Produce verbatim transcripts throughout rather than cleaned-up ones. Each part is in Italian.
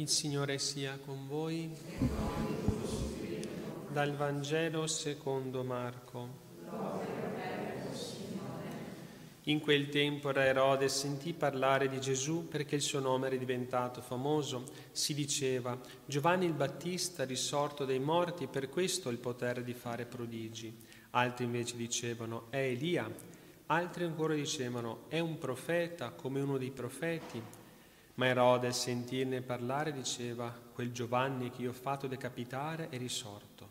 Il Signore sia con voi. Dal Vangelo secondo Marco. In quel tempo re Erode sentì parlare di Gesù perché il suo nome era diventato famoso. Si diceva: Giovanni il Battista risorto dai morti, per questo ha il potere di fare prodigi. Altri invece dicevano: è Elia. Altri ancora dicevano: è un profeta come uno dei profeti. Ma Erode, al sentirne parlare, diceva: quel Giovanni che io ho fatto decapitare è risorto.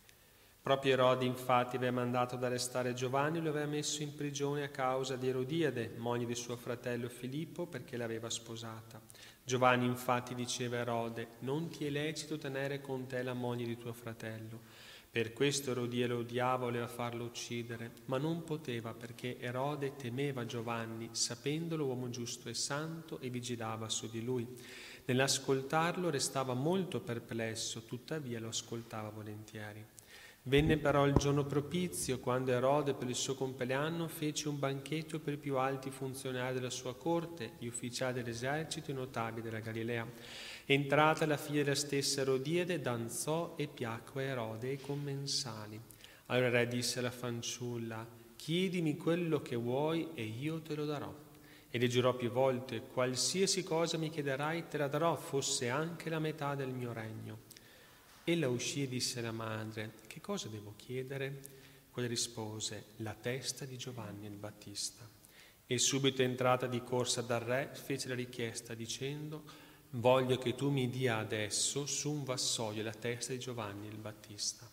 Proprio Erode infatti aveva mandato ad arrestare Giovanni e lo aveva messo in prigione a causa di Erodiade, moglie di suo fratello Filippo, perché l'aveva sposata. Giovanni infatti diceva a Erode: non ti è lecito tenere con te la moglie di tuo fratello. Per questo Erodiade lo odiava, voleva farlo uccidere, ma non poteva, perché Erode temeva Giovanni, sapendolo uomo giusto e santo, e vigilava su di lui. Nell'ascoltarlo restava molto perplesso, tuttavia lo ascoltava volentieri. Venne però il giorno propizio, quando Erode per il suo compleanno fece un banchetto per i più alti funzionari della sua corte, gli ufficiali dell'esercito e i notabili della Galilea. Entrata la figlia della stessa Erodiade, danzò e piacque a Erode e ai commensali. Allora il re disse alla fanciulla: chiedimi quello che vuoi e io te lo darò. E le giurò più volte: qualsiasi cosa mi chiederai te la darò, fosse anche la metà del mio regno. Ella uscì e disse alla madre: che cosa devo chiedere? Quella rispose: la testa di Giovanni il Battista. E subito entrata di corsa dal re fece la richiesta dicendo: voglio che tu mi dia adesso su un vassoio la testa di Giovanni il Battista.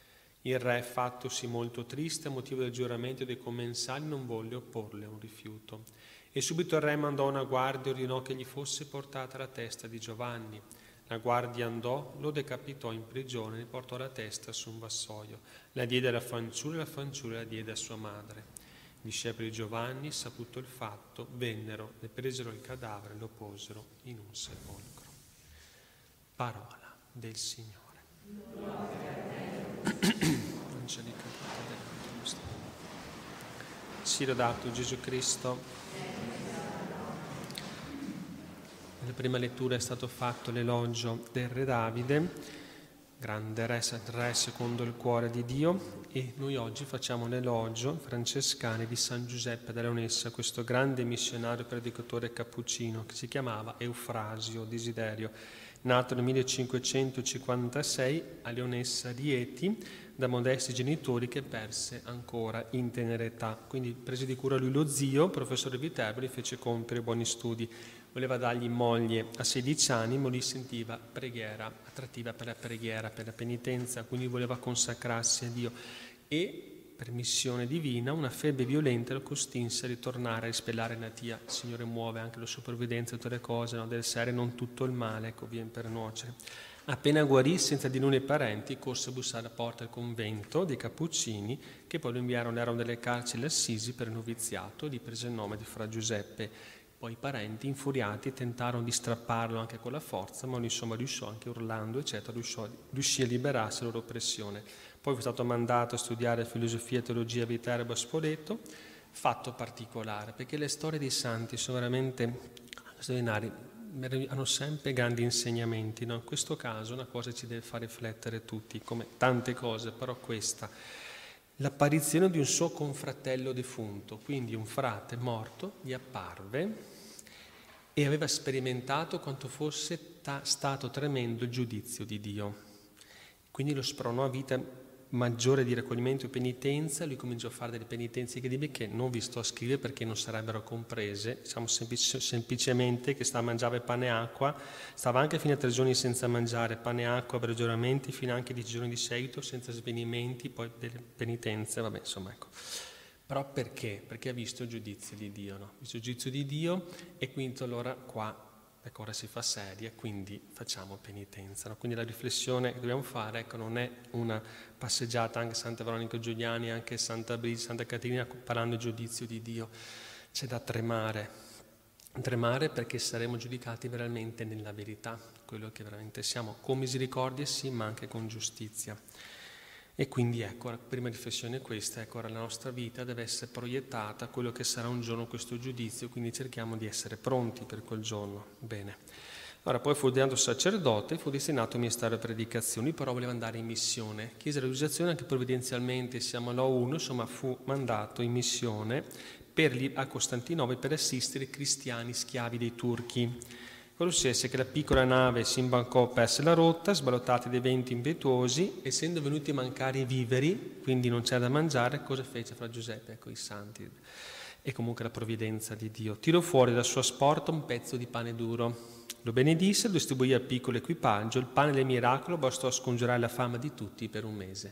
Il re, fattosi molto triste a motivo del giuramento dei commensali, non volle opporle un rifiuto. E subito il re mandò una guardia e ordinò che gli fosse portata la testa di Giovanni. La guardia andò, lo decapitò in prigione e ne portò la testa su un vassoio. La diede alla fanciulla e la fanciulla la diede a sua madre. I discepoli di Giovanni, saputo il fatto, vennero, ne presero il cadavere e lo posero in un sepolcro. Parola del Signore. Sia lodato Gesù Cristo. Nella prima lettura è stato fatto l'elogio del re Davide, grande re, re secondo il cuore di Dio, e noi oggi facciamo l'elogio francescani di San Giuseppe da Leonessa, questo grande missionario predicatore cappuccino che si chiamava Eufrasio Desiderio, nato nel millecinquecentocinquantasei a Leonessa Rieti da modesti genitori che perse ancora in tenera età. Quindi prese di cura lui lo zio, professore Viterbo, gli fece compiere buoni studi. Voleva dargli moglie a sedici anni, ma lui sentiva preghiera, attrattiva per la preghiera, per la penitenza, quindi voleva consacrarsi a Dio. E, per missione divina, una febbre violenta lo costrinse a ritornare a rispellare Natia. Il Signore muove anche la sua provvidenza, tutte le cose, no, del serie, non tutto il male, ecco, viene per nuocere. Appena guarì, senza di lui né parenti, corse a bussare alla porta del convento dei Cappuccini, che poi lo inviarono, erano delle carceri assisi per il noviziato, e gli prese il nome di Fra Giuseppe. Poi i parenti, infuriati, tentarono di strapparlo anche con la forza, ma lui insomma riuscì, anche urlando, eccetera, riuscì, riuscì a liberarsi dalla loro oppressione. Poi fu stato mandato a studiare filosofia e teologia a Viterbo a Spoleto, fatto particolare, perché le storie dei santi sono veramente straordinarie, hanno sempre grandi insegnamenti, no? In questo caso una cosa ci deve far riflettere tutti, come tante cose, però questa, l'apparizione di un suo confratello defunto, quindi un frate morto, gli apparve e aveva sperimentato quanto fosse ta- stato tremendo il giudizio di Dio. Quindi lo spronò a vita maggiore di raccoglimento e penitenza. Lui cominciò a fare delle penitenze incredibili che non vi sto a scrivere perché non sarebbero comprese. Diciamo semplic- semplicemente che stava a mangiare pane e acqua, stava anche fino a tre giorni senza mangiare pane e acqua per giuramenti, fino anche dieci giorni di seguito senza svenimenti, poi delle penitenze, vabbè, insomma, ecco. Però perché? Perché ha visto il giudizio di Dio, no? Ha visto il giudizio di Dio e quindi allora qua ecco, ora si fa seria, quindi facciamo penitenza. No? Quindi la riflessione che dobbiamo fare, ecco, non è una passeggiata, anche Santa Veronica Giuliani, anche Santa Brigida, Santa Caterina, parlando del giudizio di Dio. C'è da tremare, tremare perché saremo giudicati veramente nella verità, quello che veramente siamo, con misericordia sì, ma anche con giustizia. E quindi ecco, la prima riflessione è questa, ecco, ora la nostra vita deve essere proiettata a quello che sarà un giorno questo giudizio, quindi cerchiamo di essere pronti per quel giorno. Bene. Allora, poi fu ordinato sacerdote e fu destinato al ministero della predicazione, però voleva andare in missione. Chiesa della Risurrezione, anche provvidenzialmente siamo alla uno, insomma fu mandato in missione per, a Costantinopoli per assistere i cristiani schiavi dei turchi. Cosa successe? Che la piccola nave si imbancò, perse la rotta, sballottati dai venti impetuosi, essendo venuti a mancare i viveri, quindi non c'era da mangiare, cosa fece Fra Giuseppe? Ecco, i santi. E comunque la provvidenza di Dio. Tirò fuori dal suo asporto un pezzo di pane duro. Lo benedisse, lo distribuì al piccolo equipaggio, il pane del miracolo bastò a scongiurare la fame di tutti per un mese.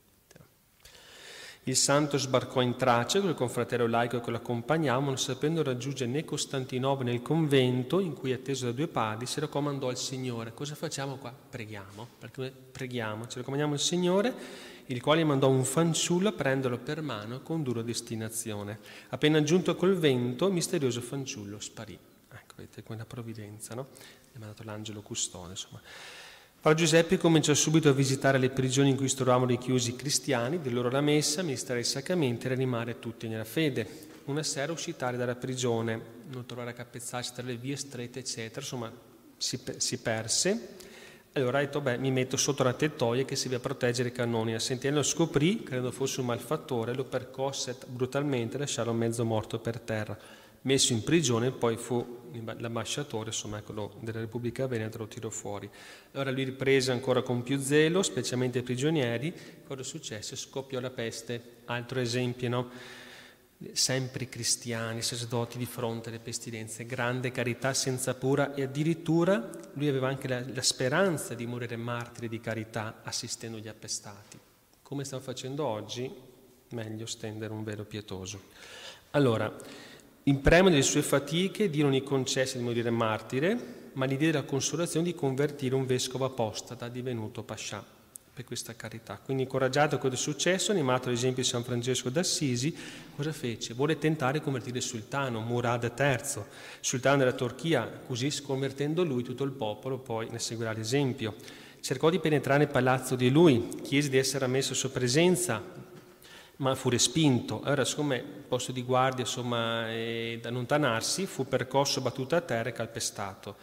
Il santo sbarcò in Tracia con il confratello laico che lo accompagnava, non sapendo raggiungere né Costantinopoli né il convento, in cui, atteso da due padri, si raccomandò al Signore. Cosa facciamo qua? Preghiamo, perché noi preghiamo, ci raccomandiamo al Signore, il quale mandò un fanciullo a prenderlo per mano con dura destinazione. Appena giunto al convento, il misterioso fanciullo sparì. Ecco, vedete, quella provvidenza, no? Gli ha mandato l'angelo custode, insomma. Fra Giuseppe cominciò subito a visitare le prigioni in cui si trovavano richiusi i cristiani, di loro la messa, ministrare i sacramenti e rianimare tutti nella fede. Una sera uscì tardi dalla prigione, non trovare a capezzarsi tra le vie strette, eccetera, insomma si, si perse. Allora ha detto, beh, mi metto sotto la tettoia che serve a proteggere i cannoni. A sentirlo scoprì, credendo fosse un malfattore, lo percosse brutalmente e lasciarono mezzo morto per terra. Messo in prigione, poi fu l'ambasciatore, insomma, quello della Repubblica Veneta, lo tirò fuori. Allora lui riprese ancora con più zelo, specialmente i prigionieri. Cosa successe? Scoppiò la peste. Altro esempio, no? Sempre i cristiani, sacerdoti di fronte alle pestilenze, grande carità senza pura, e addirittura lui aveva anche la, la speranza di morire martire di carità assistendo gli appestati. Come stiamo facendo oggi, meglio stendere un velo pietoso. Allora, in premio delle sue fatiche, Dio non gli concesse di morire martire, ma gli diede la consolazione di convertire un vescovo apostata divenuto pascià per questa carità. Quindi, incoraggiato da quello successo, animato all'esempio di San Francesco d'Assisi, cosa fece? Vuole tentare di convertire il sultano, Murad terzo, sultano della Turchia, così convertendo lui tutto il popolo poi ne seguirà l'esempio. Cercò di penetrare nel palazzo di lui, chiese di essere ammesso a sua presenza, ma fu respinto. Allora, siccome il posto di guardia, insomma, è da allontanarsi, fu percosso, battuto a terra e calpestato.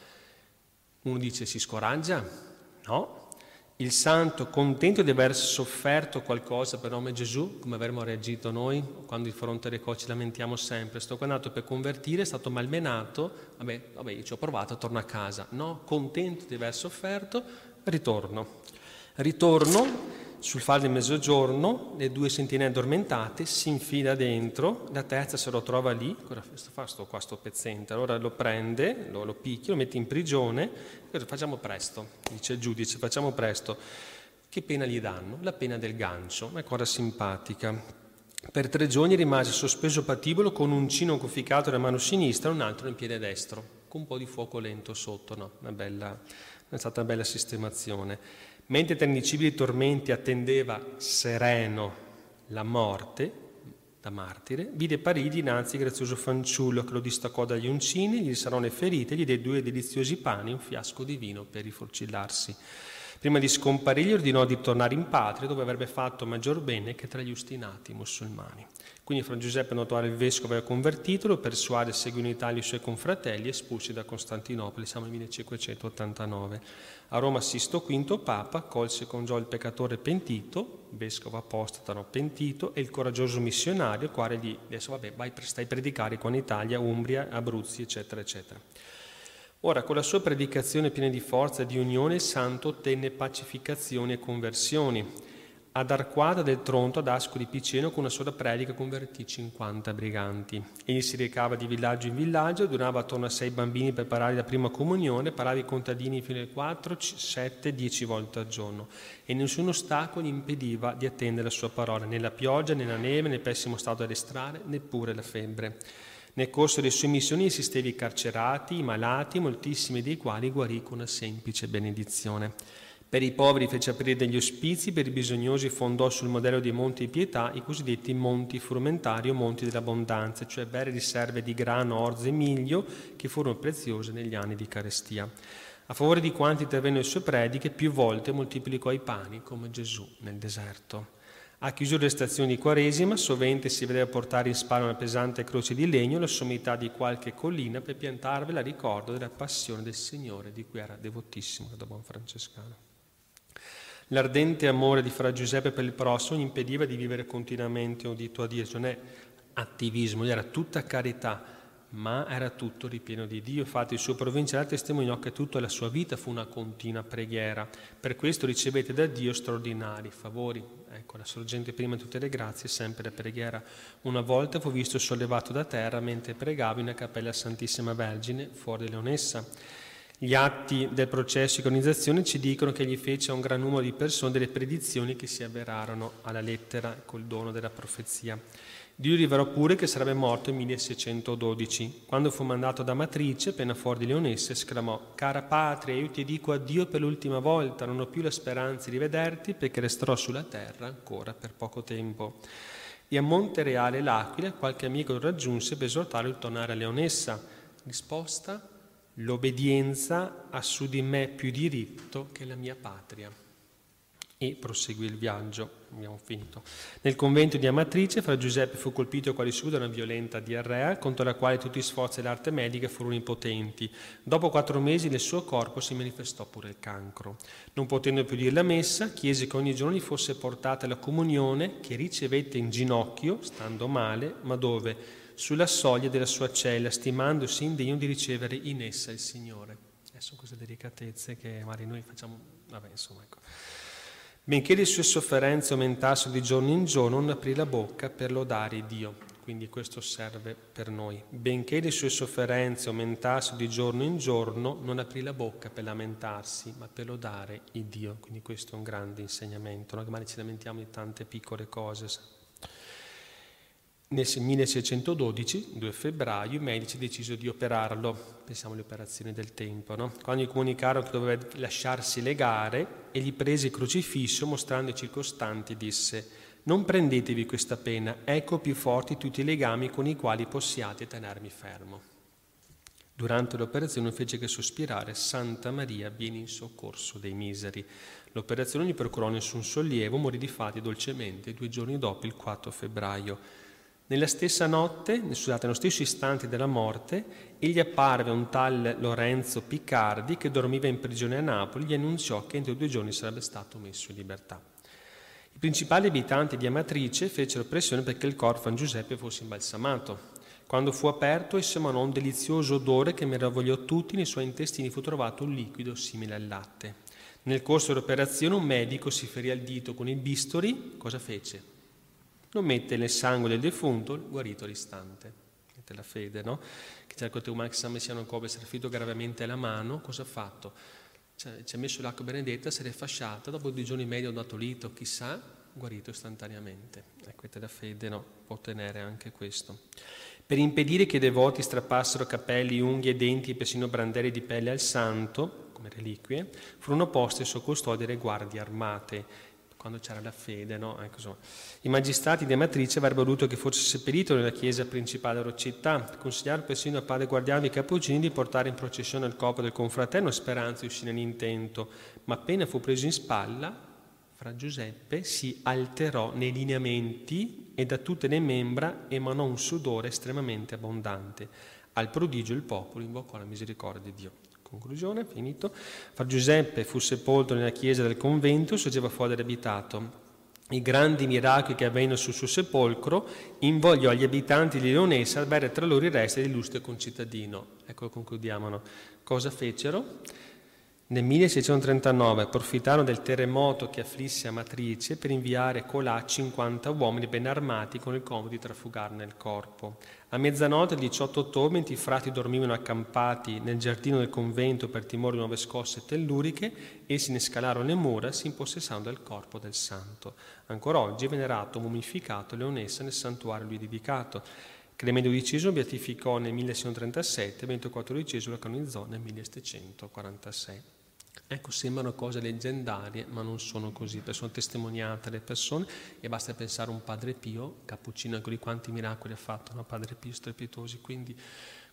Uno dice, si scoraggia? No. Il santo, contento di aver sofferto qualcosa per nome Gesù, come avremmo reagito noi, quando di fronte alle cose ci lamentiamo sempre, sto qua nato per convertire, è stato malmenato, vabbè, vabbè, io ci ho provato, torno a casa. No, contento di aver sofferto, ritorno. Ritorno, sul fare del mezzogiorno, le due sentinelle addormentate, si infila dentro, la terza se lo trova lì, cosa fa sto qua, sto pezzente? Allora lo prende, lo, lo picchia, lo mette in prigione, facciamo presto, dice il giudice, facciamo presto. Che pena gli danno? La pena del gancio, una cosa simpatica. Per tre giorni rimase sospeso patibolo con un uncino conficcato nella mano sinistra e un altro nel piede destro, con un po' di fuoco lento sotto, no? Una bella, è stata una bella sistemazione. Mentre tra indicibili tormenti attendeva sereno la morte, da martire, vide Parigi dinanzi il grazioso fanciullo che lo distaccò dagli uncini, gli sarò le ferite, gli diede due deliziosi pani e un fiasco di vino per rifocillarsi. Prima di scomparire gli ordinò di tornare in patria, dove avrebbe fatto maggior bene che tra gli ostinati musulmani. Quindi Fra Giuseppe notò il vescovo aveva convertito, lo persuade a seguire in Italia i suoi confratelli espulsi da Costantinopoli, siamo nel millecinquecentottantanove. A Roma Sisto V, Papa, accolse con gioia il peccatore pentito, vescovo apostata no, pentito, e il coraggioso missionario, il quale gli adesso vabbè, vai, stai a predicare qua in Italia, Umbria, Abruzzi, eccetera, eccetera. Ora, con la sua predicazione piena di forza e di unione, il santo ottenne pacificazioni e conversioni. Ad Arquata del Tronto, ad Ascoli Piceno, con una sola predica convertì cinquanta briganti. Egli si recava di villaggio in villaggio, donava attorno a sei bambini per parare la prima comunione, parlava ai contadini fino alle quattro, sette, dieci volte al giorno. E nessun ostacolo gli impediva di attendere la sua parola, né la pioggia, né la neve, né il pessimo stato delle strade, neppure la febbre. Nel corso delle sue missioni assisteva i carcerati, i malati, moltissimi dei quali guarì con una semplice benedizione. Per i poveri fece aprire degli ospizi, per i bisognosi fondò sul modello dei monti di pietà i cosiddetti monti frumentari o monti dell'abbondanza, cioè vere riserve di grano, orzo e miglio che furono preziose negli anni di carestia. A favore di quanti intervennero le sue prediche, più volte moltiplicò i pani come Gesù nel deserto. A chiusura delle stazioni di Quaresima, sovente si vedeva portare in spalla una pesante croce di legno alla sommità di qualche collina per piantarvela a ricordo della passione del Signore, di cui era devotissimo da buon francescano. L'ardente amore di Fra Giuseppe per il prossimo gli impediva di vivere continuamente udito a Dio, cioè non è attivismo, era tutta carità, ma era tutto ripieno di Dio. Infatti il suo provinciale testimoniò che tutta la sua vita fu una continua preghiera. Per questo ricevete da Dio straordinari favori. Ecco, la sorgente prima di tutte le grazie è sempre la preghiera. Una volta fu visto sollevato da terra mentre pregava in una cappella Santissima Vergine fuori di Leonessa. Gli atti del processo di canonizzazione ci dicono che gli fece a un gran numero di persone delle predizioni che si avverarono alla lettera col dono della profezia. Dio rivelò pure che sarebbe morto nel milleseicentododici. Quando fu mandato da Amatrice, appena fuori di Leonessa, esclamò: «Cara patria, io ti dico addio per l'ultima volta, non ho più la speranza di vederti perché resterò sulla terra ancora per poco tempo». E a Montereale l'Aquila qualche amico lo raggiunse per esortarlo a tornare a Leonessa. Risposta: «L'obbedienza ha su di me più diritto che la mia patria». E proseguì il viaggio. Abbiamo finito. Nel convento di Amatrice, Fra Giuseppe fu colpito quasi subito da una violenta diarrea, contro la quale tutti gli sforzi dell'arte medica furono impotenti. Dopo quattro mesi nel suo corpo si manifestò pure il cancro. Non potendo più dire la messa, chiese che ogni giorno gli fosse portata la comunione, che ricevette in ginocchio, stando male, ma dove? Sulla soglia della sua cella, stimandosi indegno di ricevere in essa il Signore. Eh, sono queste delicatezze che magari noi facciamo. Vabbè, insomma, ecco. Benché le sue sofferenze aumentassero di giorno in giorno, non aprì la bocca per lodare Dio. Quindi questo serve per noi. Benché le sue sofferenze aumentassero di giorno in giorno, non aprì la bocca per lamentarsi, ma per lodare il Dio. Quindi questo è un grande insegnamento. Noi magari ci lamentiamo di tante piccole cose. Nel milleseicentododici, due febbraio, i medici decisero di operarlo. Pensiamo alle operazioni del tempo, no? Quando gli comunicarono che doveva lasciarsi legare e gli prese il crocifisso, mostrando i circostanti, disse: «Non prendetevi questa pena, ecco più forti tutti i legami con i quali possiate tenermi fermo». Durante l'operazione fece che sospirare: «Santa Maria, vieni in soccorso dei miseri». L'operazione non gli procurò nessun sollievo, morì difatti dolcemente due giorni dopo, il quattro febbraio. Nella stessa notte, scusate, nello stesso istante della morte, egli apparve a un tal Lorenzo Piccardi che dormiva in prigione a Napoli, gli annunziò che entro due giorni sarebbe stato messo in libertà. I principali abitanti di Amatrice fecero pressione perché il corpo di San Giuseppe fosse imbalsamato. Quando fu aperto, esso emanò un delizioso odore che meravigliò tutti. Nei suoi intestini fu trovato un liquido simile al latte. Nel corso dell'operazione un medico si ferì al dito con il bisturi. Cosa fece? Non mette nel sangue del defunto il guarito all'istante. Mette la fede, no? Che c'è il umano che sa messiano come essere ferito gravemente la mano. Cosa ha fatto? Cioè, ci ha messo l'acqua benedetta, se l'è fasciata, dopo due giorni medio ha dato lito, chissà, guarito istantaneamente. Ecco, la fede, no? Può ottenere anche questo. Per impedire che i devoti strappassero capelli, unghie, denti e persino brandelli di pelle al santo, come reliquie, furono poste sotto custodia delle guardie armate, quando c'era la fede, no? Ecco, insomma. I magistrati di Amatrice avrebbero voluto che fosse seppellito nella chiesa principale della loro città, consigliarono persino al padre guardiano dei Cappuccini di portare in processione il corpo del confratello, speranza di uscire nell'intento, ma appena fu preso in spalla, Fra Giuseppe si alterò nei lineamenti e da tutte le membra emanò un sudore estremamente abbondante. Al prodigio il popolo invocò la misericordia di Dio. Conclusione, finito. Fra Giuseppe fu sepolto nella chiesa del convento, sorgeva fuori dall'abitato. I grandi miracoli che avvennero sul suo sepolcro invogliò gli abitanti di Leonessa a bere tra loro i resti dell'illustre concittadino. Ecco, concludiamo. No? Cosa fecero? Nel milleseicentotrentanove approfittarono del terremoto che afflisse Amatrice per inviare colà cinquanta uomini ben armati con il compito di trafugarne il corpo. A mezzanotte del diciotto ottobre, mentre i frati dormivano accampati nel giardino del convento per timore di nuove scosse telluriche, essi ne scalarono le mura, si impossessarono del corpo del santo. Ancora oggi è venerato, mummificato a Leonessa nel santuario lui dedicato. Clemente dodicesimo beatificò nel milleseicentotrentasette, Benedetto quattordicesimo lo canonizzò nel millesettecentoquarantasei. Ecco, sembrano cose leggendarie, ma non sono così, perché sono testimoniate le persone e basta pensare a un Padre Pio, Cappuccino, anche di quanti miracoli ha fatto, no? Padre Pio strepitosi, quindi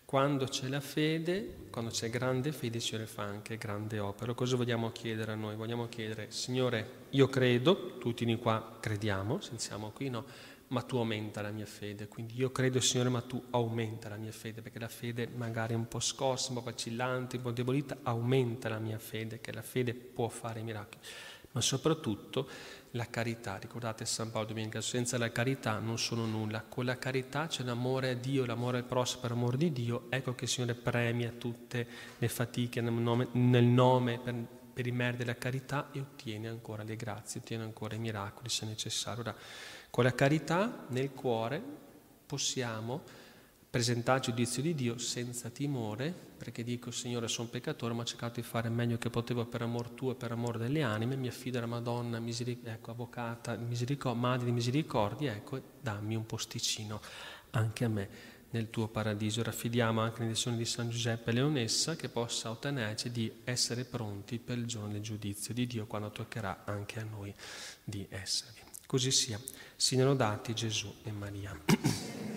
Quando c'è la fede, quando c'è grande fede, il Signore fa anche grande opera. Cosa vogliamo chiedere a noi? Vogliamo chiedere, Signore, io credo, tutti di qua crediamo, se siamo qui, no? Ma tu aumenta la mia fede. Quindi io credo, Signore, ma tu aumenta la mia fede, perché la fede magari è un po' scossa, un po' vacillante, un po' debolita, aumenta la mia fede, che la fede può fare miracoli. Ma soprattutto la carità. Ricordate San Paolo Domenica, senza la carità non sono nulla. Con la carità c'è l'amore a Dio, l'amore al prossimo per amor di Dio. Ecco che il Signore premia tutte le fatiche nel nome, nel nome per, per il merito della carità e ottiene ancora le grazie, ottiene ancora i miracoli se necessario. Ora, con la carità nel cuore possiamo presentare il giudizio di Dio senza timore, perché dico, Signore, sono peccatore, ma ho cercato di fare il meglio che potevo per amor tuo e per amore delle anime, mi affido alla Madonna, miseric- ecco, avvocata, misericord- madre di misericordia, ecco, dammi un posticino anche a me nel tuo paradiso. Raffidiamo anche l'intenzione di San Giuseppe Leonessa che possa ottenerci di essere pronti per il giorno del giudizio di Dio, quando toccherà anche a noi di esservi. Così sia. Siano lodati Gesù e Maria.